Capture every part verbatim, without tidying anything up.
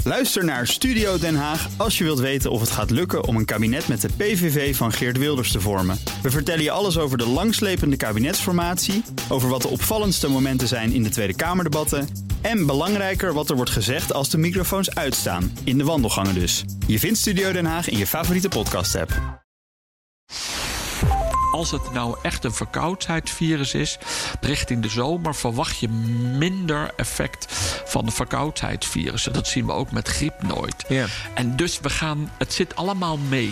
Luister naar Studio Den Haag als je wilt weten of het gaat lukken om een kabinet met de P V V van Geert Wilders te vormen. We vertellen je alles over de langslepende kabinetsformatie, over wat de opvallendste momenten zijn in de Tweede Kamerdebatten en belangrijker wat er wordt gezegd als de microfoons uitstaan, in de wandelgangen dus. Je vindt Studio Den Haag in je favoriete podcast-app. Als het nou echt een verkoudheidsvirus is, richting de zomer verwacht je minder effect van de verkoudheidsvirussen. Dat zien we ook met griep nooit. Ja. En dus we gaan, het zit allemaal mee.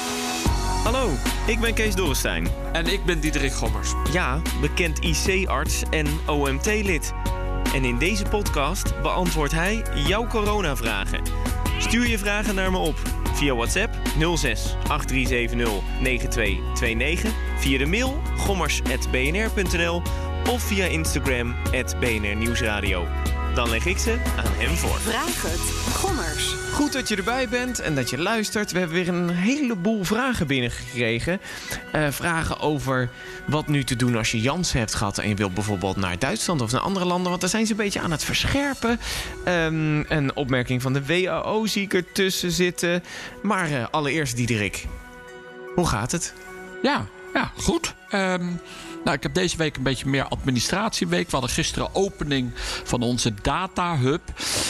Hallo, ik ben Kees Dorrestein. En ik ben Diederik Gommers. Ja, bekend I C-arts en O M T-lid. En in deze podcast beantwoordt hij jouw coronavragen. Stuur je vragen naar me op via WhatsApp nul zes acht drie zeven nul negen twee twee negen, via de mail gommers apenstaartje b n r punt n l of via Instagram at b n r nieuwsradio. Dan leg ik ze aan hem voor. Vraag het, Gommers. Goed dat je erbij bent en dat je luistert. We hebben weer een heleboel vragen binnengekregen. Uh, vragen over wat nu te doen als je Janssen hebt gehad en je wilt bijvoorbeeld naar Duitsland of naar andere landen. Want daar zijn ze een beetje aan het verscherpen. Um, een opmerking van de W A O zie ik ertussen zitten. Maar uh, allereerst, Diederik, hoe gaat het? Ja, ja, goed. Um... Nou, ik heb deze week een beetje meer administratieweek. We hadden gisteren opening van onze Data Hub.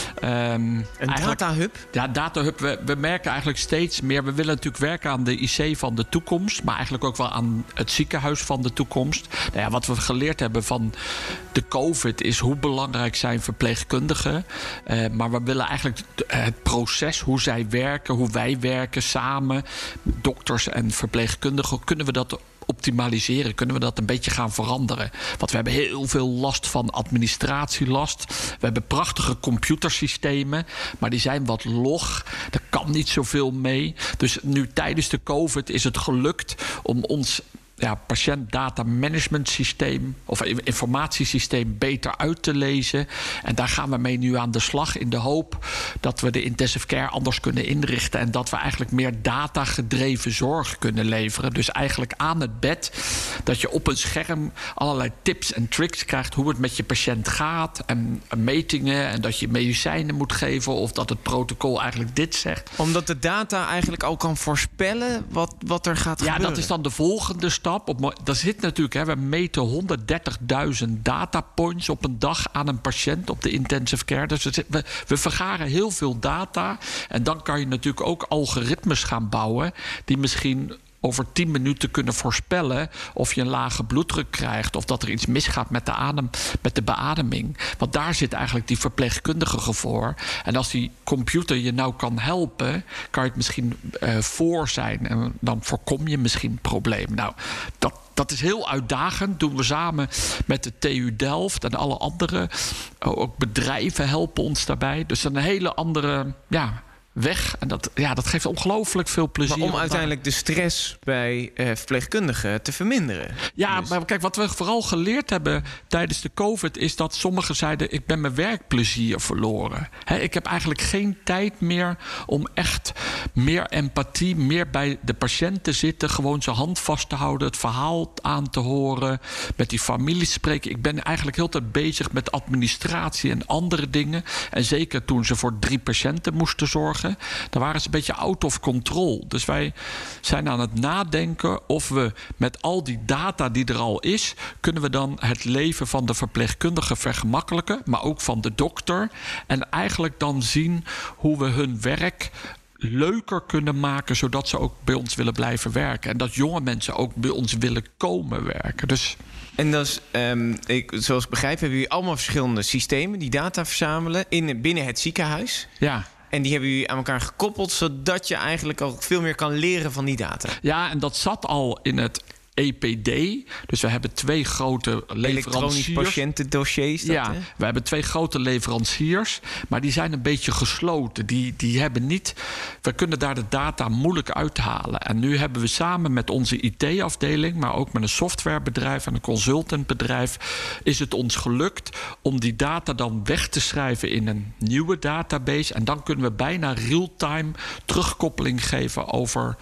Um, een Data Hub? Ja, Data Hub. We, we merken eigenlijk steeds meer. We willen natuurlijk werken aan de I C van de toekomst. Maar eigenlijk ook wel aan het ziekenhuis van de toekomst. Nou ja, wat we geleerd hebben van de COVID is hoe belangrijk zijn verpleegkundigen. Uh, maar we willen eigenlijk het proces, hoe zij werken, hoe wij werken samen, dokters en verpleegkundigen, kunnen we dat optimaliseren? Kunnen we dat een beetje gaan veranderen? Want we hebben heel veel last van administratielast. We hebben prachtige computersystemen, maar die zijn wat log. Daar kan niet zoveel mee. Dus nu tijdens de COVID is het gelukt om ons ja, patiëntdata management systeem of informatiesysteem beter uit te lezen. En daar gaan we mee nu aan de slag in de hoop dat we de intensive care anders kunnen inrichten en dat we eigenlijk meer datagedreven zorg kunnen leveren. Dus eigenlijk aan het bed dat je op een scherm allerlei tips en tricks krijgt hoe het met je patiënt gaat en metingen en dat je medicijnen moet geven of dat het protocol eigenlijk dit zegt. Omdat de data eigenlijk al kan voorspellen wat, wat er gaat ja, gebeuren. Ja, dat is dan de volgende stap. Op, dat zit natuurlijk, hè, we meten honderddertigduizend datapoints op een dag aan een patiënt op de intensive care. Dus we, we vergaren heel veel data. En dan kan je natuurlijk ook algoritmes gaan bouwen die misschien over tien minuten kunnen voorspellen of je een lage bloeddruk krijgt of dat er iets misgaat met de adem, met de beademing. Want daar zit eigenlijk die verpleegkundige voor. En als die computer je nou kan helpen, kan je het misschien uh, voor zijn. En dan voorkom je misschien problemen. Nou, dat Dat is heel uitdagend. Doen we samen met de T U Delft en alle andere. Ook bedrijven helpen ons daarbij. Dus een hele andere ja, weg. En dat, ja, dat geeft ongelooflijk veel plezier. Maar om uiteindelijk de stress bij uh, verpleegkundigen te verminderen. Ja, dus. maar kijk, wat we vooral geleerd hebben tijdens de COVID is dat sommigen zeiden, ik ben mijn werkplezier verloren. He, ik heb eigenlijk geen tijd meer om echt meer empathie, meer bij de patiënt te zitten, gewoon zijn hand vast te houden, het verhaal aan te horen, met die familie te spreken. Ik ben eigenlijk heel de tijd bezig met administratie en andere dingen. En zeker toen ze voor drie patiënten moesten zorgen, dan waren ze een beetje out of control. Dus wij zijn aan het nadenken of we met al die data die er al is, kunnen we dan het leven van de verpleegkundige vergemakkelijken, maar ook van de dokter. En eigenlijk dan zien hoe we hun werk leuker kunnen maken, zodat ze ook bij ons willen blijven werken. En dat jonge mensen ook bij ons willen komen werken. Dus En dat is, um, ik, zoals ik begrijp, hebben jullie allemaal verschillende systemen die data verzamelen in, binnen het ziekenhuis. ja. En die hebben jullie aan elkaar gekoppeld, zodat je eigenlijk ook veel meer kan leren van die data. Ja, en dat zat al in het E P D. Dus we hebben twee grote leveranciers. Elektronisch patiëntendossiers. Dat, ja, hè? we hebben twee grote leveranciers. Maar die zijn een beetje gesloten. Die, die hebben niet. We kunnen daar de data moeilijk uithalen. En nu hebben we samen met onze I T-afdeling, maar ook met een softwarebedrijf en een consultantbedrijf, is het ons gelukt om die data dan weg te schrijven in een nieuwe database. En dan kunnen we bijna real-time terugkoppeling geven over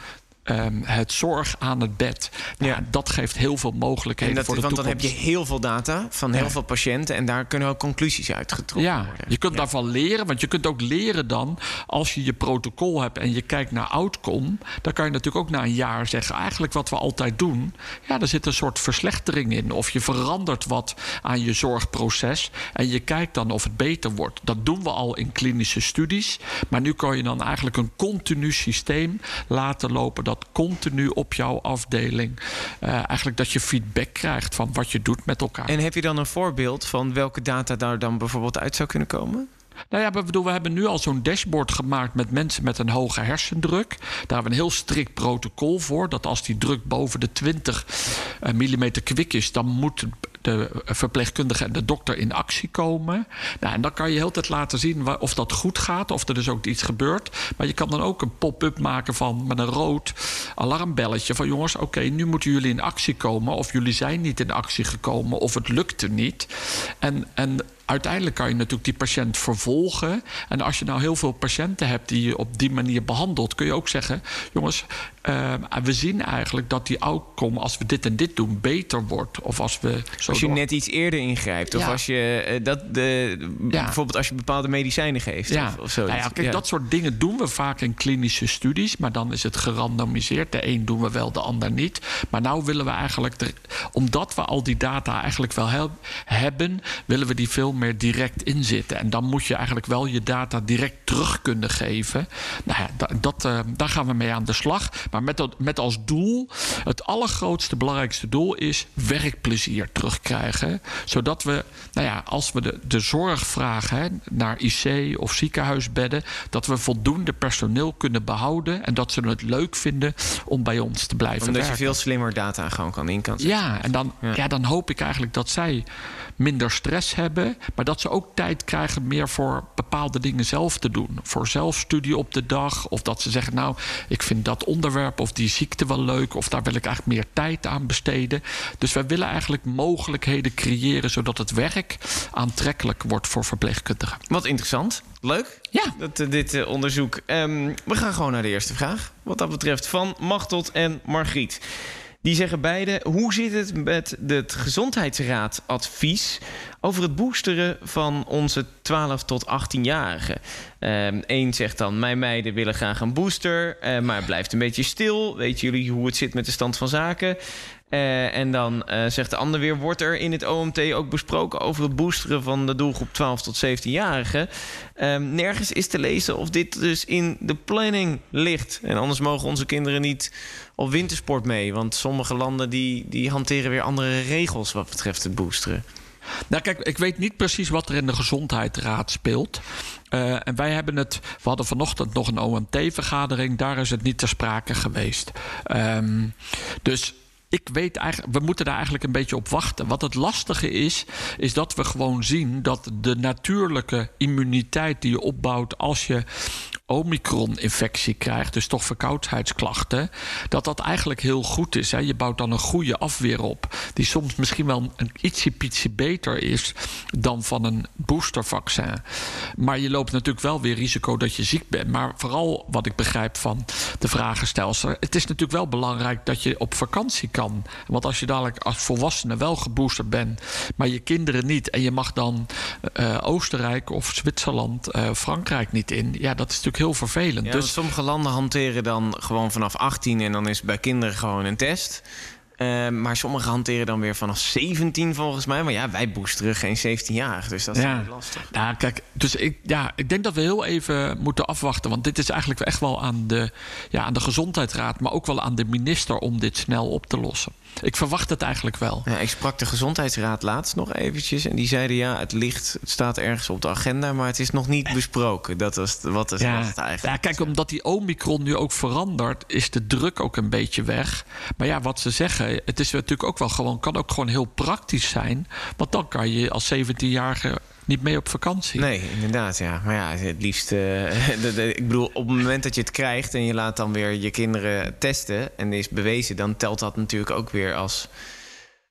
Um, het zorg aan het bed. Nou, ja. Dat geeft heel veel mogelijkheden dat, voor de want toekomst. Dan heb je heel veel data van heel ja. veel patiënten en daar kunnen ook conclusies uitgetrokken ja, worden. Je kunt ja. daarvan leren, want je kunt ook leren dan... als je je protocol hebt en je kijkt naar outcome... dan kan je natuurlijk ook na een jaar zeggen... eigenlijk wat we altijd doen, ja, er zit een soort verslechtering in. Of je verandert wat aan je zorgproces... en je kijkt dan of het beter wordt. Dat doen we al in klinische studies. Maar nu kan je dan eigenlijk een continu systeem laten lopen... dat continu op jouw afdeling... Uh, eigenlijk dat je feedback krijgt van wat je doet met elkaar. En heb je dan een voorbeeld van welke data daar dan bijvoorbeeld uit zou kunnen komen? Nou ja, bedoel, we hebben nu al zo'n dashboard gemaakt met mensen met een hoge hersendruk. Daar hebben we een heel strikt protocol voor. Dat als die druk boven de twintig millimeter kwik is... dan moet de verpleegkundige en de dokter in actie komen. Nou, en dan kan je de hele tijd laten zien of dat goed gaat... of er dus ook iets gebeurt. Maar je kan dan ook een pop-up maken van met een rood alarmbelletje... van jongens, oké, okay, nu moeten jullie in actie komen... of jullie zijn niet in actie gekomen of het lukte niet. En... en uiteindelijk kan je natuurlijk die patiënt vervolgen. En als je nou heel veel patiënten hebt die je op die manier behandelt... kun je ook zeggen, jongens, uh, we zien eigenlijk dat die outcome... als we dit en dit doen, beter wordt. Of als we zo als je door... net iets eerder ingrijpt. Of ja. als je uh, dat de, ja. bijvoorbeeld als je bepaalde medicijnen geeft. Ja. Of, of zoiets. Nou ja, kijk, ja. dat soort dingen doen we vaak in klinische studies. Maar dan is het gerandomiseerd. De een doen we wel, de ander niet. Maar nou willen we eigenlijk... De, omdat we al die data eigenlijk wel he- hebben... willen we die veel meer direct inzitten. En dan moet je eigenlijk wel je data direct terug kunnen geven. Nou ja, dat, dat, uh, daar gaan we mee aan de slag. Maar met, dat, met als doel, het allergrootste, belangrijkste doel is werkplezier terugkrijgen. Zodat we, nou ja, als we de, de zorg vragen hè, naar I C of ziekenhuisbedden, dat we voldoende personeel kunnen behouden en dat ze het leuk vinden om bij ons te blijven Omdat werken. je veel slimmer data gewoon kan in kan zetten. Ja, en dan, ja. Ja, dan hoop ik eigenlijk dat zij minder stress hebben, maar dat ze ook tijd krijgen meer voor bepaalde dingen zelf te doen. Voor zelfstudie op de dag, of dat ze zeggen, nou, ik vind dat onderwerp of die ziekte wel leuk, of daar wil ik eigenlijk meer tijd aan besteden. Dus wij willen eigenlijk mogelijkheden creëren, zodat het werk aantrekkelijk wordt voor verpleegkundigen. Wat interessant. Leuk, ja. dat, uh, dit uh, onderzoek. Um, we gaan gewoon naar de eerste vraag. Wat dat betreft van Machteld en Margriet. Die zeggen beide, hoe zit het met het gezondheidsraadadvies over het boosteren van onze twaalf tot achttien-jarigen? Um, Eén zegt dan, mijn meiden willen graag een booster, uh, maar het blijft een beetje stil. Weten jullie hoe het zit met de stand van zaken? Uh, en dan uh, zegt de ander weer, wordt er in het O M T ook besproken over het boosteren van de doelgroep twaalf tot zeventien-jarigen? Um, nergens is te lezen of dit dus in de planning ligt. En anders mogen onze kinderen niet op wintersport mee. Want sommige landen die, die hanteren weer andere regels wat betreft het boosteren. Nou kijk, ik weet niet precies wat er in de Gezondheidsraad speelt. Uh, en wij hebben het... We hadden vanochtend nog een O M T-vergadering. Daar is het niet ter sprake geweest. Um, dus... Ik weet eigenlijk, we moeten daar eigenlijk een beetje op wachten. Wat het lastige is, is dat we gewoon zien dat de natuurlijke immuniteit die je opbouwt als je Omicron-infectie krijgt, dus toch verkoudheidsklachten, dat dat eigenlijk heel goed is. Hè? Je bouwt dan een goede afweer op, die soms misschien wel een ietsje-pietje beter is dan van een boostervaccin. Maar je loopt natuurlijk wel weer risico dat je ziek bent. Maar vooral wat ik begrijp van de vragenstelster, het is natuurlijk wel belangrijk dat je op vakantie kan. Want als je dadelijk als volwassene wel geboosterd bent, maar je kinderen niet, en je mag dan uh, Oostenrijk of Zwitserland, uh, Frankrijk niet in, ja, dat is natuurlijk heel vervelend. Ja, dus sommige landen hanteren dan gewoon vanaf achttien en dan is bij kinderen gewoon een test. Uh, maar sommigen hanteren dan weer vanaf zeventien volgens mij. Maar ja, wij boosteren geen zeventien-jarigen, dus dat is ja. lastig. Nou, kijk, dus ik, ja, ik denk dat we heel even moeten afwachten. Want dit is eigenlijk echt wel aan de, ja, aan de Gezondheidsraad, maar ook wel aan de minister om dit snel op te lossen. Ik verwacht het eigenlijk wel. Ja, ik sprak de Gezondheidsraad laatst nog eventjes. En die zeiden, ja, het ligt, het staat ergens op de agenda, maar het is nog niet besproken. Dat was, wat is, ja. was het eigenlijk. Ja, kijk, omdat die Omicron nu ook verandert, is de druk ook een beetje weg. Maar ja, wat ze zeggen, het is natuurlijk ook wel gewoon, kan ook gewoon heel praktisch zijn. Want dan kan je als zeventienjarige niet mee op vakantie. Nee, inderdaad, ja. Maar ja, het liefst... Uh, de, de, ik bedoel, op het moment dat je het krijgt en je laat dan weer je kinderen testen en is bewezen, dan telt dat natuurlijk ook weer als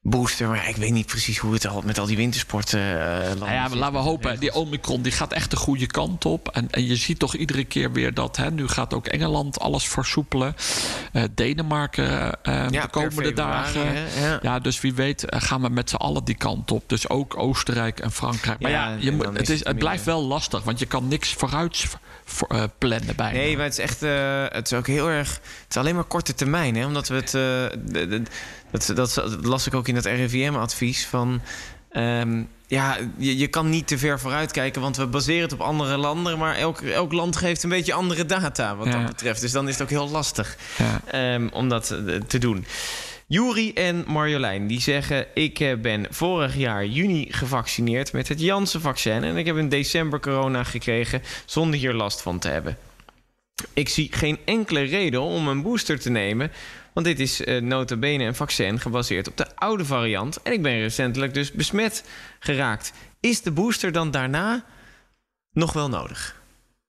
booster. Maar ja, ik weet niet precies hoe het al met al die wintersporten... Uh, nou ja, laten we hopen. Die Omicron die gaat echt de goede kant op. En, en je ziet toch iedere keer weer dat... Hè, nu gaat ook Engeland alles versoepelen. Uh, Denemarken uh, ja, de komende dagen. Ja. ja, dus wie weet uh, gaan we met z'n allen die kant op. Dus ook Oostenrijk en Frankrijk. Maar ja, ja je moet, het, is, het blijft wel lastig. Want je kan niks vooruit voor, uh, plannen bijna. Nee, maar het is echt... Uh, het is ook heel erg... Het is alleen maar korte termijn, hè. Omdat we het... Uh, de, de, Dat, dat, dat las ik ook in het R I V M-advies van... Um, ja, je, je kan niet te ver vooruit kijken... want we baseren het op andere landen... maar elk, elk land geeft een beetje andere data wat ja. dat betreft. Dus dan is het ook heel lastig ja. um, om dat te doen. Juri en Marjolein die zeggen... ik ben vorig jaar juni gevaccineerd met het Janssen-vaccin... en ik heb in december corona gekregen zonder hier last van te hebben. Ik zie geen enkele reden om een booster te nemen... want dit is uh, nota bene een vaccin gebaseerd op de oude variant... en ik ben recentelijk dus besmet geraakt. Is de booster dan daarna nog wel nodig?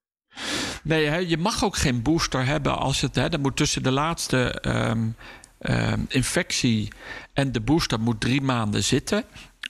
Nee, hè, je mag ook geen booster hebben als het... Hè, dat moet tussen de laatste um, um, infectie en de booster moet drie maanden zitten.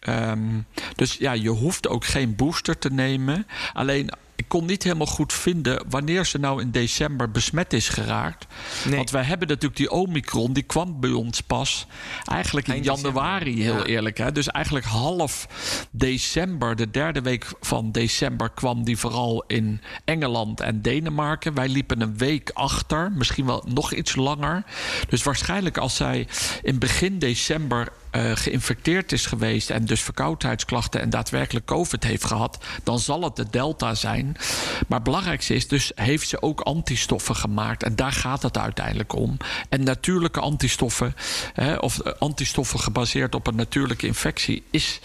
Um, dus ja, je hoeft ook geen booster te nemen. Alleen... Ik kon niet helemaal goed vinden wanneer ze nou in december besmet is geraakt. Nee. Want wij hebben natuurlijk die Omicron, die kwam bij ons pas eigenlijk in Eind januari, december. heel ja. eerlijk. Hè? Dus eigenlijk half december, de derde week van december... kwam die vooral in Engeland en Denemarken. Wij liepen een week achter, misschien wel nog iets langer. Dus waarschijnlijk als zij in begin december... Uh, geïnfecteerd is geweest en dus verkoudheidsklachten en daadwerkelijk COVID heeft gehad, dan zal het de Delta zijn. Maar het belangrijkste is dus, heeft ze ook antistoffen gemaakt? En daar gaat het uiteindelijk om. En natuurlijke antistoffen, hè, of antistoffen gebaseerd op een natuurlijke infectie, is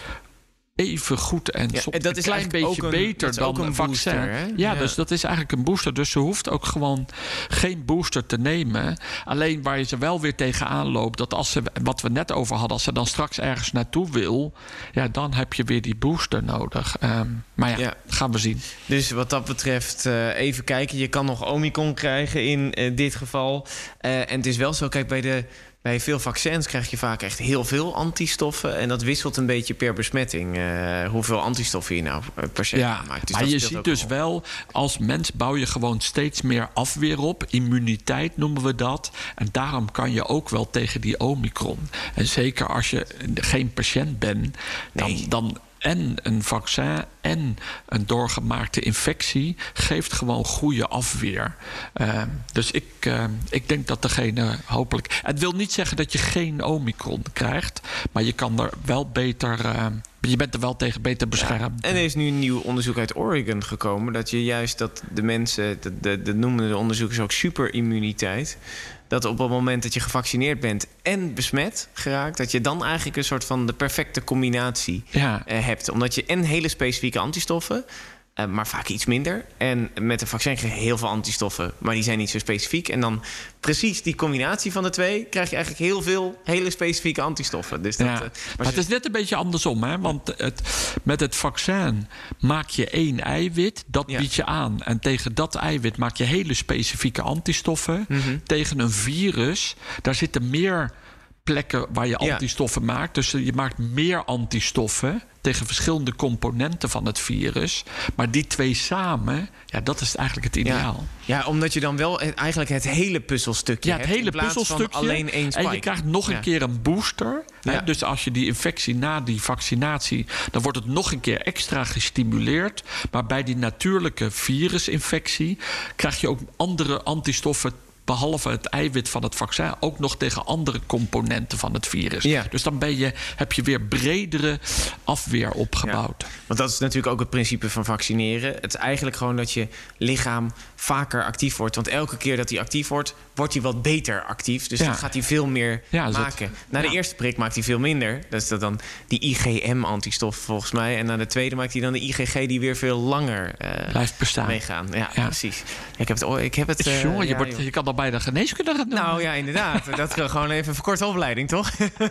even goed en ja, soms dat is een klein beetje een, beter dan een, een vaccin. Booster, ja, ja, dus dat is eigenlijk een booster. Dus ze hoeft ook gewoon geen booster te nemen. Alleen waar je ze wel weer tegenaan loopt, dat als ze, wat we net over hadden, als ze dan straks ergens naartoe wil, ja, dan heb je weer die booster nodig. Um, maar ja, ja, gaan we zien. Dus wat dat betreft, uh, even kijken. Je kan nog Omicron krijgen in uh, dit geval. Uh, en het is wel zo, kijk, bij de Bij veel vaccins krijg je vaak echt heel veel antistoffen. En dat wisselt een beetje per besmetting. Uh, hoeveel antistoffen je nou per se ja, maakt. Dus maar je ziet dus wel, als mens bouw je gewoon steeds meer afweer op. Immuniteit noemen we dat. En daarom kan je ook wel tegen die Omicron. En zeker als je geen patiënt bent, dan... Nee. dan en een vaccin en een doorgemaakte infectie geeft gewoon goede afweer. Uh, dus ik, uh, ik denk dat degene hopelijk... Het wil niet zeggen dat je geen Omicron krijgt, maar je kan er wel beter... Uh, je bent er wel tegen beter beschermd. Ja, en er is nu een nieuw onderzoek uit Oregon gekomen, dat je juist dat de mensen, de, de, de noemen de onderzoekers ook superimmuniteit, dat op het moment dat je gevaccineerd bent en besmet geraakt, dat je dan eigenlijk een soort van de perfecte combinatie ja. uh, hebt. Omdat je en hele specifieke antistoffen, uh, maar vaak iets minder. En met een vaccin krijg je heel veel antistoffen, maar die zijn niet zo specifiek. En dan precies die combinatie van de twee krijg je eigenlijk heel veel hele specifieke antistoffen. Dus dat, ja. uh, maar maar het is net een beetje andersom, hè? Want het, met het vaccin maak je één eiwit, dat ja. bied je aan. En tegen dat eiwit maak je hele specifieke antistoffen. Mm-hmm. Tegen een virus, daar zitten meer plekken waar je antistoffen ja. maakt. Dus je maakt meer antistoffen tegen verschillende componenten van het virus. Maar die twee samen, ja, dat is eigenlijk het ideaal. Ja, ja, omdat je dan wel het, eigenlijk het hele puzzelstukje ja, het hebt, hele puzzelstukje. Alleen één spike. En je krijgt nog een ja. keer een booster. Ja. Hè? Dus als je die infectie na die vaccinatie, dan wordt het nog een keer extra gestimuleerd. Maar bij die natuurlijke virusinfectie krijg je ook andere antistoffen, behalve het eiwit van het vaccin, ook nog tegen andere componenten van het virus. Ja. Dus dan ben je, heb je weer bredere afweer opgebouwd. Ja. Want dat is natuurlijk ook het principe van vaccineren. Het is eigenlijk gewoon dat je lichaam vaker actief wordt. Want elke keer dat hij actief wordt, wordt hij wat beter actief. Dus ja. dan gaat hij veel meer ja, maken. Het, na de ja. eerste prik maakt hij veel minder. Dat is dat dan die I G M-antistof volgens mij. En na de tweede maakt hij dan de I G G die weer veel langer uh, blijft bestaan. Meegaan. Ja, ja, precies. Ik heb het... Ik heb het uh, jongen, je, ja, wordt, je kan al bij de geneeskunde gaan doen. Nou ja, inderdaad. Dat is gewoon even een verkorte opleiding, toch?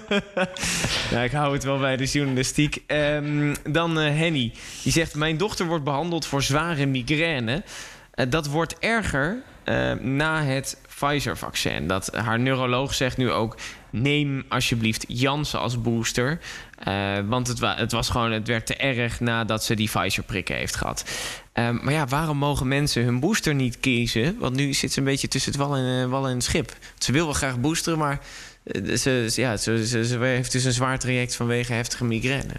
Ja, ik hou het wel bij de journalistiek. Um, dan uh, Henny. Die zegt, mijn dochter wordt behandeld voor zware migraine. Uh, dat wordt erger uh, na het Pfizer-vaccin. Dat haar neuroloog zegt nu ook... neem alsjeblieft Janssen als booster. Uh, want het, wa- het was gewoon, het werd te erg nadat ze die Pfizer-prikken heeft gehad. Um, maar ja, waarom mogen mensen hun booster niet kiezen? Want nu zit ze een beetje tussen het wal en, uh, wal en het schip. Ze wil wel graag boosteren, maar uh, ze, ja, ze, ze, ze heeft dus een zwaar traject vanwege heftige migraine.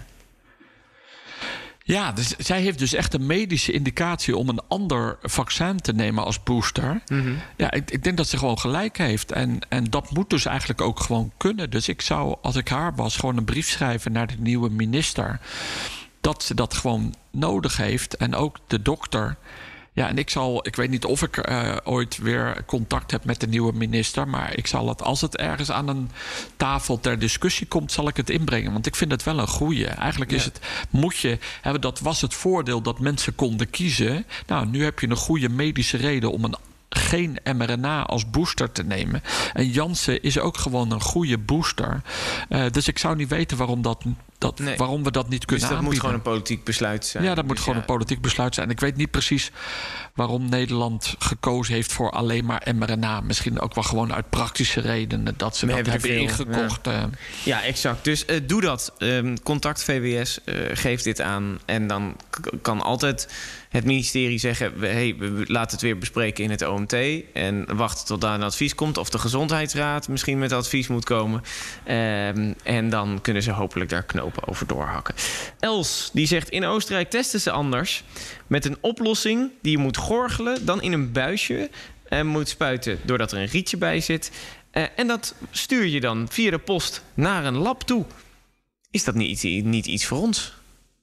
Ja, dus zij heeft dus echt een medische indicatie om een ander vaccin te nemen als booster. Mm-hmm. Ja, ik, ik denk dat ze gewoon gelijk heeft. En, en dat moet dus eigenlijk ook gewoon kunnen. Dus ik zou, als ik haar was, gewoon een brief schrijven naar de nieuwe minister. Dat ze dat gewoon nodig heeft. En ook de dokter. Ja, en ik zal, ik weet niet of ik uh, ooit weer contact heb met de nieuwe minister. Maar ik zal het, als het ergens aan een tafel ter discussie komt, zal ik het inbrengen. Want ik vind het wel een goeie. Eigenlijk ja. is het, moet je, hè, dat was het voordeel dat mensen konden kiezen. Nou, nu heb je een goede medische reden om een geen mRNA als booster te nemen. En Janssen is ook gewoon een goede booster. Uh, dus ik zou niet weten waarom dat... Dat, nee. waarom we dat niet kunnen dus dat aanbieden. moet gewoon een politiek besluit zijn. Ja, dat dus moet gewoon ja. een politiek besluit zijn. Ik weet niet precies waarom Nederland gekozen heeft voor alleen maar mRNA. Misschien ook wel gewoon uit praktische redenen dat ze We dat hebben, hebben ingekocht. Ja. ja, exact. Dus uh, doe dat. Um, contact V W S, uh, geef dit aan. En dan k- kan altijd het ministerie zeggen... hey, we laten het weer bespreken in het O M T... en wachten tot daar een advies komt... of de Gezondheidsraad misschien met advies moet komen. Um, en dan kunnen ze hopelijk daar knopen over doorhakken. Els, die zegt... in Oostenrijk testen ze anders... met een oplossing die je moet gorgelen... dan in een buisje... en moet spuiten doordat er een rietje bij zit... Uh, en dat stuur je dan via de post naar een lab toe. Is dat niet, niet iets voor ons?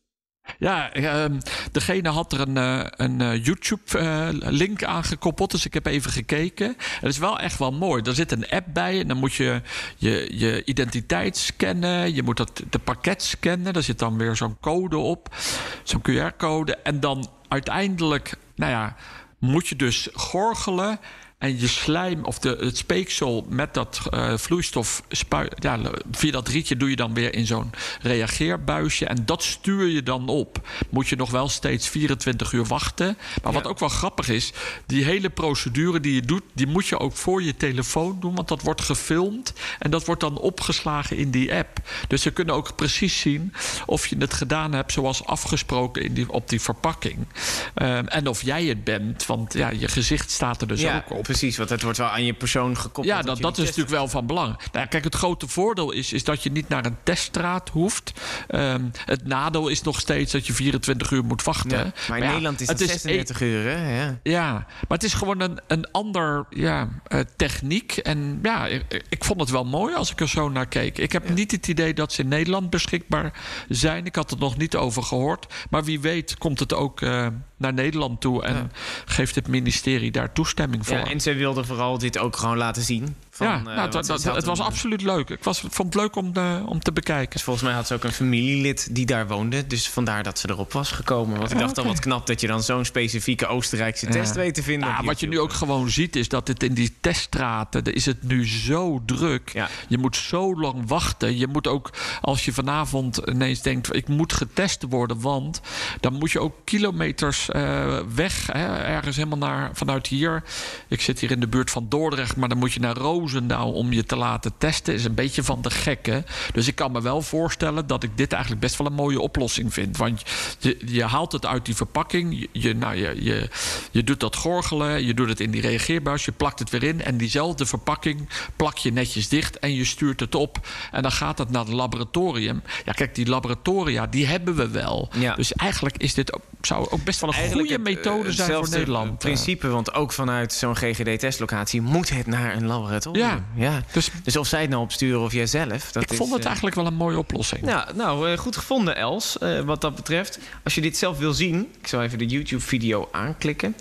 Ja, uh, degene had er een, uh, een uh, YouTube-link uh, aan gekoppeld. Dus ik heb even gekeken. Het is wel echt wel mooi. Er zit een app bij en dan moet je je, je identiteit scannen. Je moet dat, de pakket scannen. Daar zit dan weer zo'n code op. Zo'n Q R-code. En dan uiteindelijk, nou ja, moet je dus gorgelen... En je slijm of de, het speeksel met dat uh, vloeistof... Spui- ja, via dat rietje doe je dan weer in zo'n reageerbuisje. En dat stuur je dan op. Moet je nog wel steeds vierentwintig uur wachten. Maar wat ja. ook wel grappig is... die hele procedure die je doet... die moet je ook voor je telefoon doen. Want dat wordt gefilmd. En dat wordt dan opgeslagen in die app. Dus ze kunnen ook precies zien... of je het gedaan hebt zoals afgesproken in die, op die verpakking. Um, en of jij het bent. Want ja, je gezicht staat er dus ja. ook op. Precies, want het wordt wel aan je persoon gekoppeld. Ja, dat, dat is natuurlijk wel van belang. Nou, kijk, het grote voordeel is, is dat je niet naar een teststraat hoeft. Um, het nadeel is nog steeds dat je vierentwintig uur moet wachten. Ja, maar in maar ja, Nederland is het zesendertig uur, hè? Ja. ja, maar het is gewoon een, een ander ja, uh, techniek. En ja, ik, ik vond het wel mooi als ik er zo naar keek. Ik heb ja. niet het idee dat ze in Nederland beschikbaar zijn. Ik had er nog niet over gehoord. Maar wie weet komt het ook... Uh, naar Nederland toe en ja. geeft het ministerie daar toestemming voor. Ja, en ze wilden vooral dit ook gewoon laten zien. Van, ja, nou, uh, dat, dat, het was een, absoluut leuk. Ik was, vond het leuk om, de, om te bekijken. Dus volgens mij had ze ook een familielid die daar woonde. Dus vandaar dat ze erop was gekomen. Want ik dacht okay. al wat knap dat je dan zo'n specifieke Oostenrijkse ja. test weet te vinden. Ja, wat je nu ook gewoon ziet is dat het in die teststraten... is het nu zo druk. Ja. Je moet zo lang wachten. Je moet ook, als je vanavond ineens denkt... ik moet getest worden, want... dan moet je ook kilometers uh, weg. Hè, ergens helemaal naar, vanuit hier. Ik zit hier in de buurt van Dordrecht... maar dan moet je naar Roosendaal om je te laten testen. Is een beetje van de gekke. Dus ik kan me wel voorstellen dat ik dit eigenlijk best wel een mooie oplossing vind. Want je, je haalt het uit die verpakking. Je, je, nou, je, je, je doet dat gorgelen. Je doet het in die reageerbuis. Je plakt het weer in. En diezelfde verpakking plak je netjes dicht. En je stuurt het op. En dan gaat het naar het laboratorium. Ja, kijk, die laboratoria, die hebben we wel. Ja. Dus eigenlijk is dit ook, zou ook best wel een eigenlijk goede het, methode zijn voor Nederland. In principe, want ook vanuit zo'n G G D-testlocatie moet het naar een laboratorium. Ja, ja. Dus, dus of zij het nou opsturen of jij zelf. Dat ik is, vond het uh, eigenlijk wel een mooie oplossing. Nou, nou uh, goed gevonden, Els, uh, wat dat betreft. Als je dit zelf wil zien, ik zal even de YouTube-video aanklikken.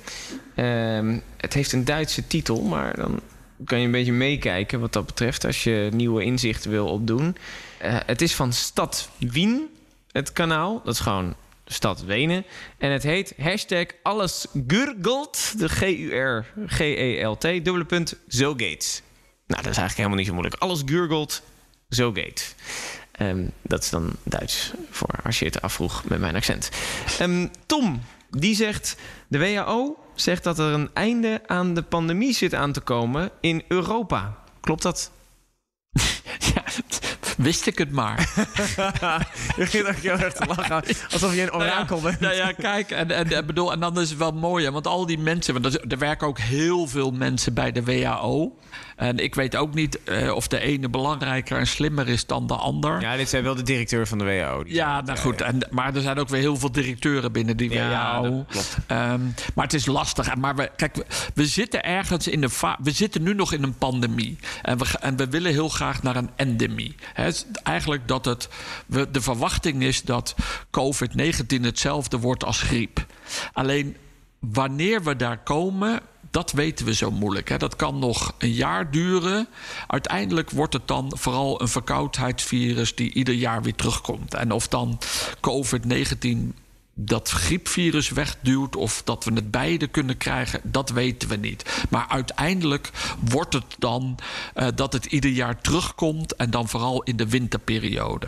Uh, het heeft een Duitse titel, maar dan kan je een beetje meekijken wat dat betreft als je nieuwe inzichten wil opdoen. Uh, het is van Stad Wien, het kanaal. Dat is gewoon Stad Wenen. En het heet hashtag alles gurgelt, de G U R G E L T, dubbele punt, zo gates. Nou, dat is eigenlijk helemaal niet zo moeilijk. Alles gurgelt, zo gates. Um, dat is dan Duits, voor als je het afvroeg met mijn accent. Um, Tom, Die zegt, de W H O zegt dat er een einde aan de pandemie zit aan te komen in Europa. Klopt dat? Ja, wist ik het maar. Je begint ook heel erg te lachen, alsof je een orakel bent. Nou ja, nou ja kijk, en, en, en, bedoel, en dan is het wel mooi, hè, want al die mensen... want er, er werken ook heel veel mensen bij de W H O... En ik weet ook niet uh, of de ene belangrijker en slimmer is dan de ander. Ja, dit zijn wel de directeur van de W H O. Ja, nou goed. En, maar er zijn ook weer heel veel directeuren binnen die ja, W H O. Klopt. Um, maar het is lastig. Maar we, kijk, we, we zitten ergens in de... Va- we zitten nu nog in een pandemie. En we, en we willen heel graag naar een endemie. He, eigenlijk dat het... We, de verwachting is dat covid negentien hetzelfde wordt als griep. Alleen wanneer we daar komen... Dat weten we zo moeilijk. Hè. Dat kan nog een jaar duren. Uiteindelijk wordt het dan vooral een verkoudheidsvirus... die ieder jaar weer terugkomt. En of dan covid negentien dat griepvirus wegduwt... of dat we het beide kunnen krijgen, dat weten we niet. Maar uiteindelijk wordt het dan uh, dat het ieder jaar terugkomt... en dan vooral in de winterperiode.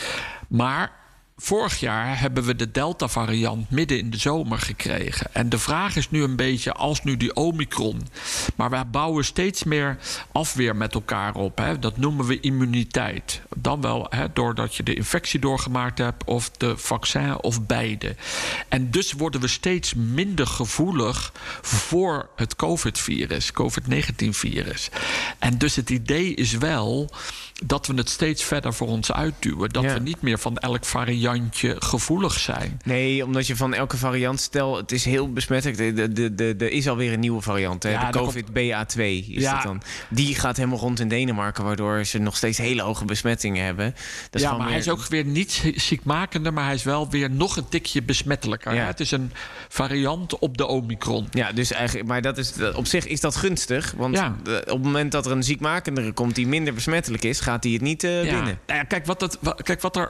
Maar... Vorig jaar hebben we de Delta-variant midden in de zomer gekregen. En de vraag is nu een beetje, als nu die Omicron... maar we bouwen steeds meer afweer met elkaar op. Hè? Dat noemen we immuniteit. Dan wel hè, doordat je de infectie doorgemaakt hebt... of de vaccin of beide. En dus worden we steeds minder gevoelig voor het COVID-virus. covid negentien-virus. En dus het idee is wel... dat we het steeds verder voor ons uitduwen. Dat ja. we niet meer van elk variantje gevoelig zijn. Nee, omdat je van elke variant... stel, het is heel besmettelijk. Er is alweer een nieuwe variant. Hè? Ja, de COVID B A twee is ja. dat dan. Die gaat helemaal rond in Denemarken... waardoor ze nog steeds hele hoge besmettingen hebben. Dat is ja, maar meer... hij is ook weer niet ziekmakender... maar hij is wel weer nog een tikje besmettelijker. Ja. Het is een variant op de Omicron. Ja, dus eigenlijk, maar dat is, op zich is dat gunstig. Want Ja. op het moment dat er een ziekmakendere komt... die minder besmettelijk is, gaat hij het niet uh, Ja. binnen. Nou ja, kijk, wat, het, wat, kijk wat, er,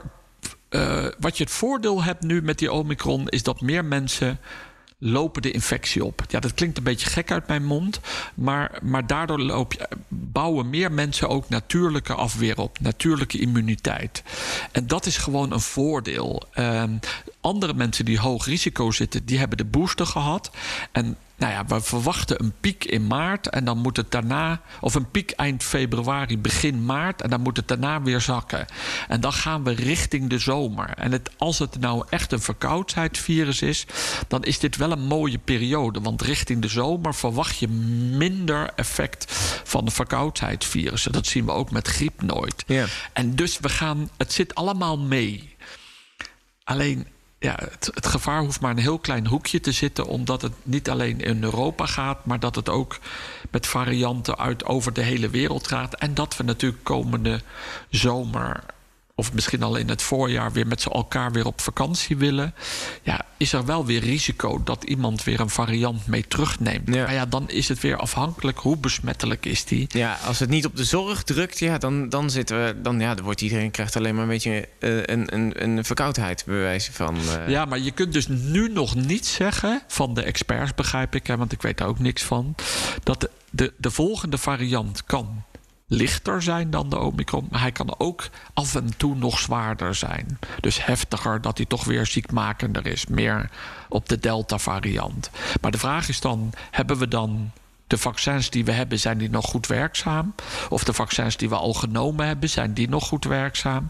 uh, wat je het voordeel hebt nu met die Omicron... is dat meer mensen lopen de infectie op. Ja, dat klinkt een beetje gek uit mijn mond... maar, maar daardoor loop je, bouwen meer mensen ook natuurlijke afweer op. Natuurlijke immuniteit. En dat is gewoon een voordeel. Uh, andere mensen die hoog risico zitten... die hebben de booster gehad... en nou ja, we verwachten een piek in maart en dan moet het daarna... of een piek eind februari, begin maart... en dan moet het daarna weer zakken. En dan gaan we richting de zomer. En het, als het nou echt een verkoudheidsvirus is... dan is dit wel een mooie periode. Want richting de zomer verwacht je minder effect... van de verkoudheidsvirussen. Dat zien we ook met griep nooit. Ja. En dus we gaan... het zit allemaal mee. Alleen... Ja, het, het gevaar hoeft maar een heel klein hoekje te zitten... omdat het niet alleen in Europa gaat... maar dat het ook met varianten uit over de hele wereld gaat. En dat we natuurlijk komende zomer... of misschien al in het voorjaar weer met z'n elkaar weer op vakantie willen... ja, is er wel weer risico dat iemand weer een variant mee terugneemt. Ja. Maar ja, dan is het weer afhankelijk hoe besmettelijk is die. Ja, als het niet op de zorg drukt, ja, dan, dan zitten we... dan, ja, dan wordt iedereen krijgt alleen maar een beetje uh, een, een, een verkoudheid, bij wijze van... Uh... Ja, maar je kunt dus nu nog niet zeggen... van de experts, begrijp ik, hè, want ik weet daar ook niks van... dat de, de, de volgende variant kan... lichter zijn dan de Omicron, maar hij kan ook af en toe nog zwaarder zijn. Dus heftiger, dat hij toch weer ziekmakender is. Meer op de Delta-variant. Maar de vraag is dan, hebben we dan... de vaccins die we hebben, zijn die nog goed werkzaam? Of de vaccins die we al genomen hebben, zijn die nog goed werkzaam?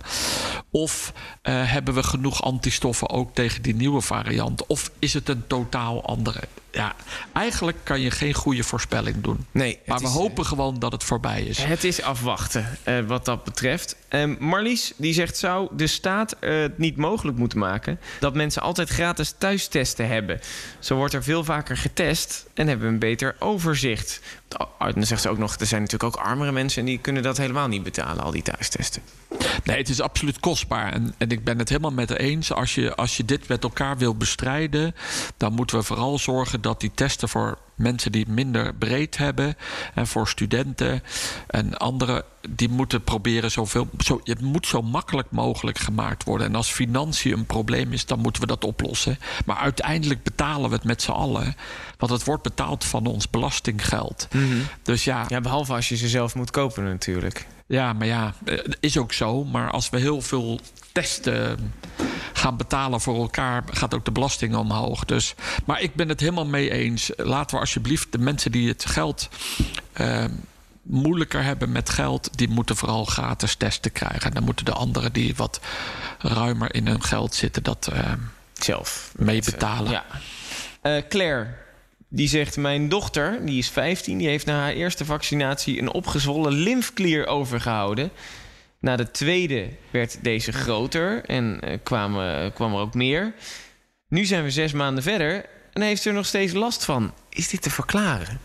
Of uh, hebben we genoeg antistoffen ook tegen die nieuwe variant? Of is het een totaal andere? Ja, eigenlijk kan je geen goede voorspelling doen. Nee, maar we is, hopen uh, gewoon dat het voorbij is. Het is afwachten uh, wat dat betreft. Uh, Marlies die zegt, zou de staat uh, het niet mogelijk moeten maken... dat mensen altijd gratis thuistesten hebben? Zo wordt er veel vaker getest en hebben we een beter overzicht. Dan zegt ze ook nog, er zijn natuurlijk ook armere mensen... en die kunnen dat helemaal niet betalen, al die thuistesten. Nee, het is absoluut kostbaar. En, en ik ben het helemaal met haar eens. Als je, als je dit met elkaar wil bestrijden... dan moeten we vooral zorgen dat die testen voor mensen die het minder breed hebben... en voor studenten en anderen... die moeten proberen zoveel... Zo, het moet zo makkelijk mogelijk gemaakt worden. En als financiën een probleem is, dan moeten we dat oplossen. Maar uiteindelijk betalen we het met z'n allen. Want het wordt betaald van ons belastinggeld. Mm-hmm. Dus ja... Ja, behalve als je ze zelf moet kopen natuurlijk. Ja, maar ja, is ook zo. Maar als we heel veel testen gaan betalen voor elkaar, gaat ook de belasting omhoog. Dus, maar ik ben het helemaal mee eens. Laten we alsjeblieft de mensen die het geld Uh, moeilijker hebben met geld, die moeten vooral gratis testen krijgen. En dan moeten de anderen die wat ruimer in hun geld zitten, dat uh, zelf mee betalen. Ja. Uh, Claire, die zegt: mijn dochter, die is vijftien, die heeft na haar eerste vaccinatie een opgezwollen lymfeklier overgehouden. Na de tweede werd deze groter en uh, kwam, uh, kwam er ook meer. Nu zijn we zes maanden verder en heeft ze er nog steeds last van. Is dit te verklaren?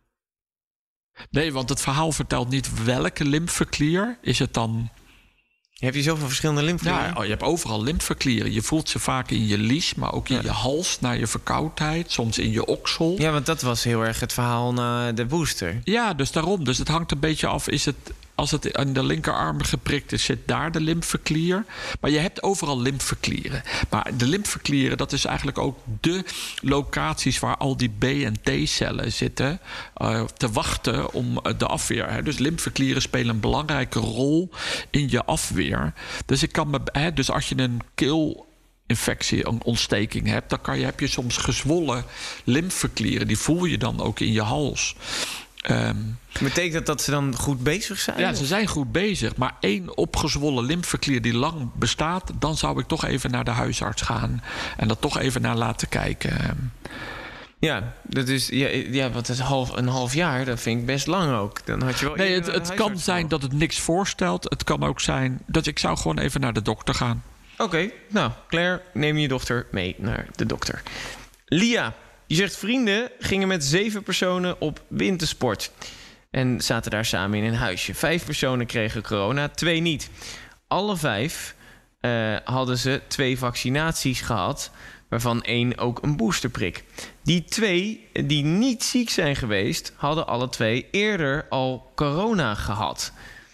Nee, want het verhaal vertelt niet welke lymfeklier. Is het dan... Heb je zoveel verschillende lymfeklieren? Ja, je hebt overal lymfeklieren. Je voelt ze vaak in je lies, maar ook in ja. je hals na je verkoudheid. Soms in je oksel. Ja, want dat was heel erg het verhaal na de booster. Ja, dus daarom. Dus het hangt een beetje af. Is het, als het aan de linkerarm geprikt is, zit daar de lymfeklier. Maar je hebt overal lymfeklieren. Maar de lymfeklieren, dat is eigenlijk ook de locaties waar al die B- en T-cellen zitten uh, te wachten om de afweer. Hè. Dus lymfeklieren spelen een belangrijke rol in je afweer. Dus, ik kan me, hè, dus als je een keelinfectie, een ontsteking hebt, dan kan je, heb je soms gezwollen lymfeklieren. Die voel je dan ook in je hals. Um, Betekent dat dat ze dan goed bezig zijn? Ja, of? ze zijn goed bezig. Maar één opgezwollen lymfeklier die lang bestaat, dan zou ik toch even naar de huisarts gaan en dat toch even naar laten kijken. Ja, dat is, ja, ja wat is half, een half jaar, dat vind ik best lang ook. Dan had je wel nee, het, het kan zijn dat het niks voorstelt. Het kan ook zijn dat ik zou gewoon even naar de dokter gaan. Oké, okay, nou, Claire, neem je dochter mee naar de dokter. Lia, je zegt: vrienden gingen met zeven personen op wintersport en zaten daar samen in een huisje. Vijf personen kregen corona, twee niet. Alle vijf uh, hadden ze twee vaccinaties gehad, waarvan één ook een boosterprik. Die twee die niet ziek zijn geweest, hadden alle twee eerder al corona gehad.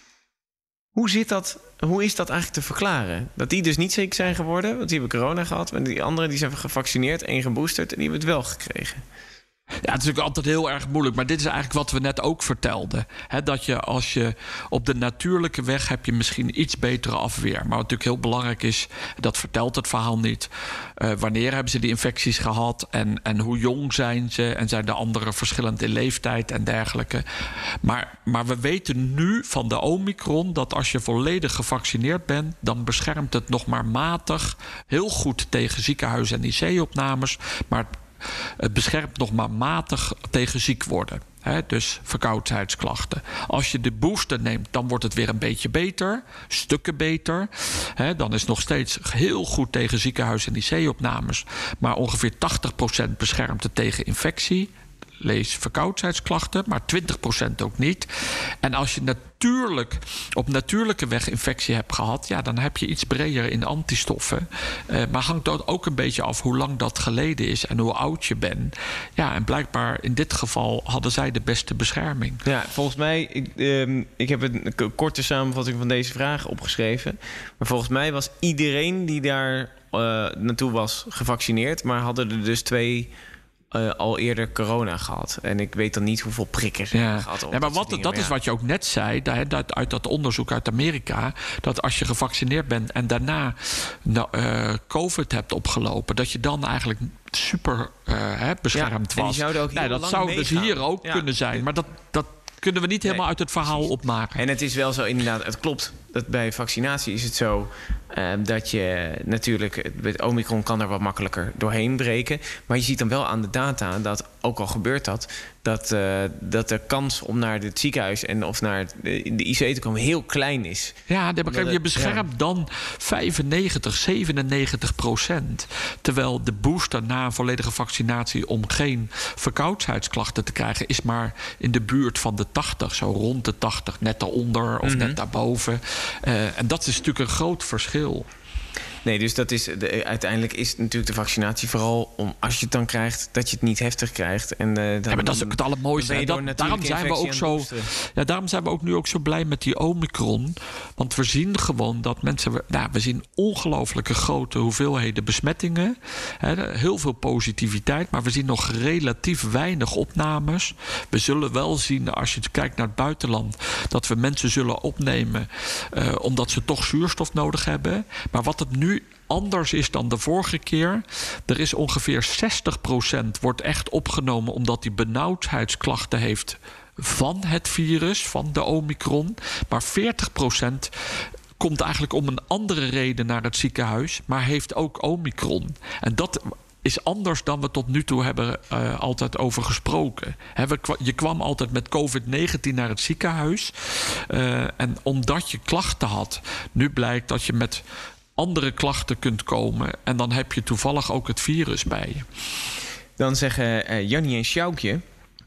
Hoe zit dat? Hoe is dat eigenlijk te verklaren? Dat die dus niet ziek zijn geworden, want die hebben corona gehad, maar die anderen die zijn gevaccineerd, één geboosterd en die hebben het wel gekregen. Ja, het is natuurlijk altijd heel erg moeilijk. Maar dit is eigenlijk wat we net ook vertelden. He, dat je als je op de natuurlijke weg heb je misschien iets betere afweer. Maar wat natuurlijk heel belangrijk is, dat vertelt het verhaal niet. Uh, wanneer hebben ze die infecties gehad? En, en hoe jong zijn ze? En zijn de anderen verschillend in leeftijd en dergelijke? Maar, maar we weten nu van de Omicron dat als je volledig gevaccineerd bent, dan beschermt het nog maar matig heel goed tegen ziekenhuis- en I C-opnames. Maar het beschermt nog maar matig tegen ziek worden. He, dus verkoudheidsklachten. Als je de booster neemt, dan wordt het weer een beetje beter. Stukken beter. He, dan is het nog steeds heel goed tegen ziekenhuis- en I C-opnames. Maar ongeveer tachtig procent beschermt het tegen infectie. Lees verkoudheidsklachten, maar twintig procent ook niet. En als je natuurlijk op natuurlijke weg infectie hebt gehad, ja, dan heb je iets breder in antistoffen. Uh, maar hangt dat ook een beetje af hoe lang dat geleden is en hoe oud je bent. Ja, en blijkbaar in dit geval hadden zij de beste bescherming. Ja, volgens mij, ik, uh, ik heb een korte samenvatting van deze vraag opgeschreven. Maar volgens mij was iedereen die daar uh, naartoe was gevaccineerd, maar hadden er dus twee Uh, al eerder corona gehad. En ik weet dan niet hoeveel prikken ze ja. hebben gehad. Ja, maar wat, dat ja. is wat je ook net zei, dat, dat, uit dat onderzoek uit Amerika, dat als je gevaccineerd bent en daarna nou, uh, COVID hebt opgelopen, dat je dan eigenlijk super uh, hè, beschermd ja, was. Ook nee, dat zou dus hier ook ja. kunnen zijn. Maar dat, dat kunnen we niet helemaal nee, uit het verhaal precies. opmaken. En het is wel zo, inderdaad, het klopt. Dat bij vaccinatie is het zo uh, dat je natuurlijk, met Omicron kan er wat makkelijker doorheen breken. Maar je ziet dan wel aan de data dat, ook al gebeurt dat, dat, uh, dat de kans om naar het ziekenhuis en of naar de, de I C te komen heel klein is. Ja, je beschermt ja. dan vijfennegentig, zevenennegentig procent. Terwijl de booster na een volledige vaccinatie om geen verkoudheidsklachten te krijgen is maar in de buurt van de tachtig, zo rond de tachtig, net daaronder of mm-hmm. net daarboven. Uh, en dat is natuurlijk een groot verschil. Nee, dus dat is de, uiteindelijk is natuurlijk de vaccinatie vooral om, als je het dan krijgt, dat je het niet heftig krijgt. En, uh, dan, ja, maar dat is ook het allermooiste. Dat, daarom zijn we ook zo. Ja, daarom zijn we ook nu ook zo blij met die Omicron. Want we zien gewoon dat mensen. Nou, we zien ongelooflijke grote hoeveelheden besmettingen. Hè, heel veel positiviteit, maar we zien nog relatief weinig opnames. We zullen wel zien, als je kijkt naar het buitenland, dat we mensen zullen opnemen uh, omdat ze toch zuurstof nodig hebben. Maar wat het nu nu anders is dan de vorige keer. Er is ongeveer zestig procent wordt echt opgenomen omdat hij benauwdheidsklachten heeft van het virus, van de Omicron. Maar veertig procent komt eigenlijk om een andere reden naar het ziekenhuis, maar heeft ook Omicron. En dat is anders dan we tot nu toe hebben uh, altijd over gesproken. He, we, je kwam altijd met covid negentien naar het ziekenhuis. Uh, en omdat je klachten had, nu blijkt dat je met andere klachten kunt komen. En dan heb je toevallig ook het virus bij je. Dan zeggen uh, Jannie en Sjoukje,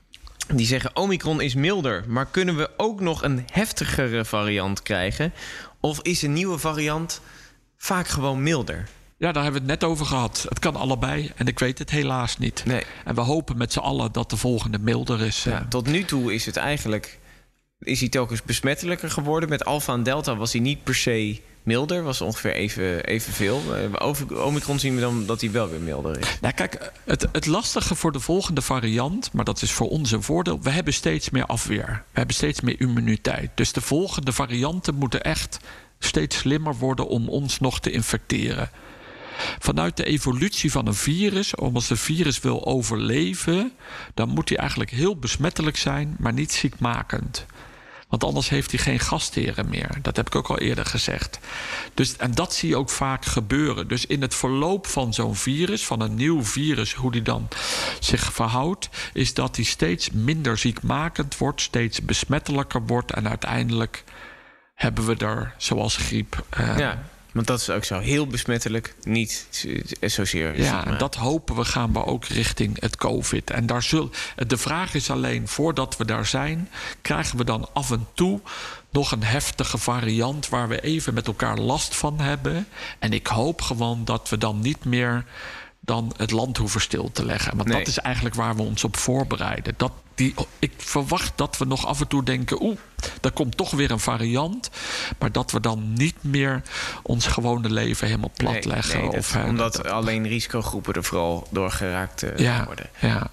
die zeggen Omicron is milder, maar kunnen we ook nog een heftigere variant krijgen? Of is een nieuwe variant vaak gewoon milder? Ja, daar hebben we het net over gehad. Het kan allebei en ik weet het helaas niet. Nee. En we hopen met z'n allen dat de volgende milder is. Ja, tot nu toe is het eigenlijk, is hij telkens besmettelijker geworden. Met Alpha en Delta was hij niet per se milder, was ongeveer even, evenveel. Over Omicron zien we dan dat hij wel weer milder is. Nou, kijk, het, het lastige voor de volgende variant, maar dat is voor ons een voordeel, we hebben steeds meer afweer. We hebben steeds meer immuniteit. Dus de volgende varianten moeten echt steeds slimmer worden om ons nog te infecteren. Vanuit de evolutie van een virus, als een virus wil overleven, dan moet hij eigenlijk heel besmettelijk zijn, maar niet ziekmakend. Want anders heeft hij geen gastheren meer. Dat heb ik ook al eerder gezegd. Dus, en dat zie je ook vaak gebeuren. Dus in het verloop van zo'n virus, van een nieuw virus, hoe die dan zich verhoudt, is dat hij steeds minder ziekmakend wordt, steeds besmettelijker wordt en uiteindelijk hebben we er, zoals griep. Uh, ja. Want dat is ook zo heel besmettelijk, niet zozeer. Ja, en dat hopen we, gaan we ook richting het COVID. En daar zul, de vraag is alleen, voordat we daar zijn, krijgen we dan af en toe nog een heftige variant waar we even met elkaar last van hebben. En ik hoop gewoon dat we dan niet meer dan het land hoeven stil te leggen. Want nee. dat is eigenlijk waar we ons op voorbereiden. Dat die, ik verwacht dat we nog af en toe denken, oeh, er komt toch weer een variant. Maar dat we dan niet meer ons gewone leven helemaal plat nee, leggen. Nee, of, dat, omdat dat, alleen risicogroepen er vooral door geraakt uh, ja, worden. Ja.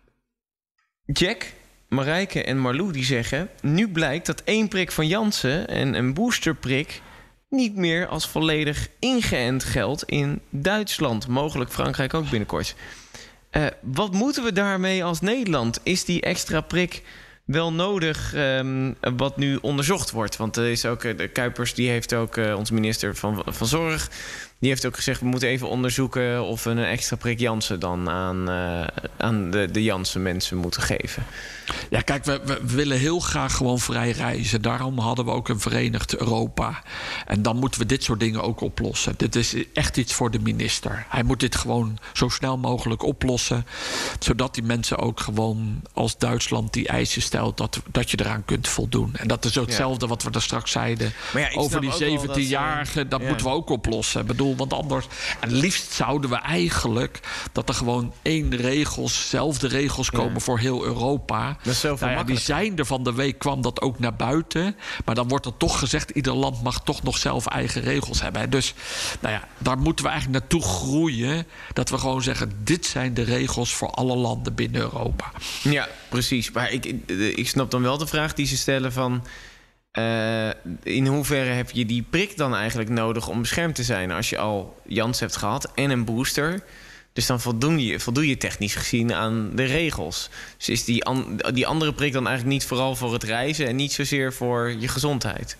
Jack, Marijke en Marlou die zeggen, nu blijkt dat één prik van Janssen en een boosterprik niet meer als volledig ingeënt geldt in Duitsland. Mogelijk Frankrijk ook binnenkort. Uh, wat moeten we daarmee als Nederland? Is die extra prik wel nodig, um, wat nu onderzocht wordt? Want er is ook, uh, de Kuipers, die heeft ook, uh, onze minister van, van Zorg, die heeft ook gezegd, we moeten even onderzoeken of we een extra prik Janssen dan aan, uh, aan de, de Janssen mensen moeten geven. Ja, kijk, we, we willen heel graag gewoon vrij reizen. Daarom hadden we ook een verenigd Europa. En dan moeten we dit soort dingen ook oplossen. Dit is echt iets voor de minister. Hij moet dit gewoon zo snel mogelijk oplossen, zodat die mensen ook gewoon als Duitsland die eisen stelt, dat, dat je eraan kunt voldoen. En dat is ook hetzelfde ja. wat we daar straks zeiden ja, over die zeventienjarigen. Dat, dat ja. moeten we ook oplossen. Ik bedoel, want anders, en liefst zouden we eigenlijk dat er gewoon één regels, zelfde regels komen ja. voor heel Europa. Dat is zo nou ja, die zijn er van de week, kwam dat ook naar buiten. Maar dan wordt er toch gezegd, ieder land mag toch nog zelf eigen regels hebben. Dus nou ja, daar moeten we eigenlijk naartoe groeien. Dat we gewoon zeggen, dit zijn de regels voor alle landen binnen Europa. Ja, precies. Maar ik, ik snap dan wel de vraag die ze stellen van, Uh, in hoeverre heb je die prik dan eigenlijk nodig om beschermd te zijn als je al Janssen hebt gehad en een booster? Dus dan voldoe je, voldoe je technisch gezien aan de regels. Dus is die, an, die andere prik dan eigenlijk niet vooral voor het reizen en niet zozeer voor je gezondheid?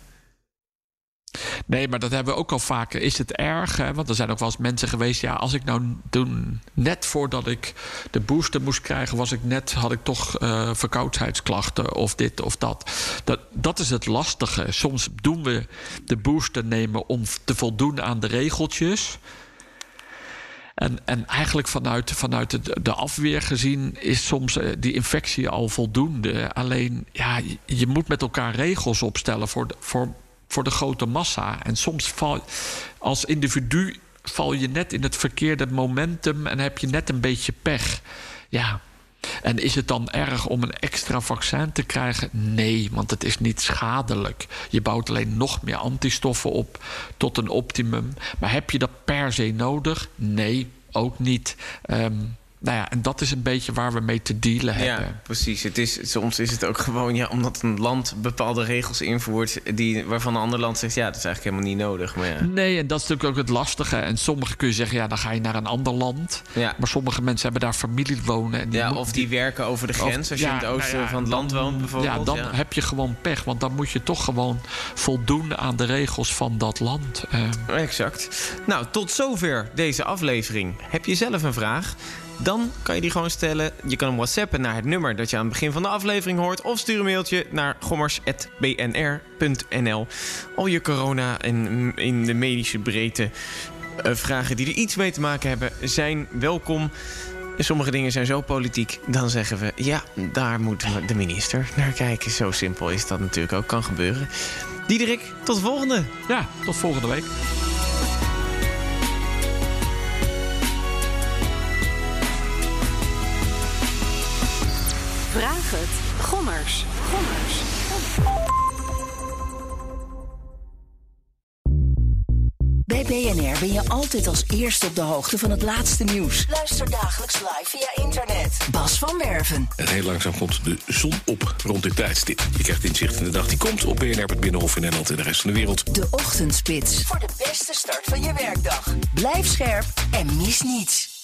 Nee, maar dat hebben we ook al vaker. Is het erg? Hè? Want er zijn ook wel eens mensen geweest, ja, als ik nou toen, net voordat ik de booster moest krijgen, was ik net, had ik toch uh, verkoudheidsklachten of dit of dat. dat. Dat is het lastige. Soms doen we de booster nemen om te voldoen aan de regeltjes. En, en eigenlijk vanuit, vanuit de, de afweer gezien is soms uh, die infectie al voldoende. Alleen, ja, je, je moet met elkaar regels opstellen voor, de, voor voor de grote massa. En soms val als individu val je net in het verkeerde momentum en heb je net een beetje pech. Ja. En is het dan erg om een extra vaccin te krijgen? Nee, want het is niet schadelijk. Je bouwt alleen nog meer antistoffen op tot een optimum. Maar heb je dat per se nodig? Nee, ook niet. Um, nou ja, en dat is een beetje waar we mee te dealen hebben. Ja, precies. Het is, soms is het ook gewoon, ja, omdat een land bepaalde regels invoert die, waarvan een ander land zegt, ja, dat is eigenlijk helemaal niet nodig. Maar ja. Nee, en dat is natuurlijk ook het lastige. En sommigen kun je zeggen, ja, dan ga je naar een ander land. Ja. Maar sommige mensen hebben daar familie wonen. En die Ja, mo- of die werken over de grens, of- als je ja, in het oosten nou ja, van het land dan- woont bijvoorbeeld. Ja, dan ja. heb je gewoon pech. Want dan moet je toch gewoon voldoen aan de regels van dat land. Uh, Exact. Nou, tot zover deze aflevering. Heb je zelf een vraag? Dan kan je die gewoon stellen. Je kan hem whatsappen naar het nummer dat je aan het begin van de aflevering hoort. Of stuur een mailtje naar gommers punt b n r punt n l. Al je corona en in de medische breedte uh, vragen die er iets mee te maken hebben, zijn welkom. Sommige dingen zijn zo politiek. Dan zeggen we, ja, daar moet de minister naar kijken. Zo simpel is dat natuurlijk ook. Kan gebeuren. Diederik, tot de volgende. ja, tot volgende week. Vraag het. Gommers. Gommers. Bij B N R ben je altijd als eerste op de hoogte van het laatste nieuws. Luister dagelijks live via internet. Bas van Werven. En heel langzaam komt de zon op rond dit tijdstip. Je krijgt inzicht in de dag die komt op B N R, het Binnenhof in Nederland en de rest van de wereld. De Ochtendspits. Voor de beste start van je werkdag. Blijf scherp en mis niets.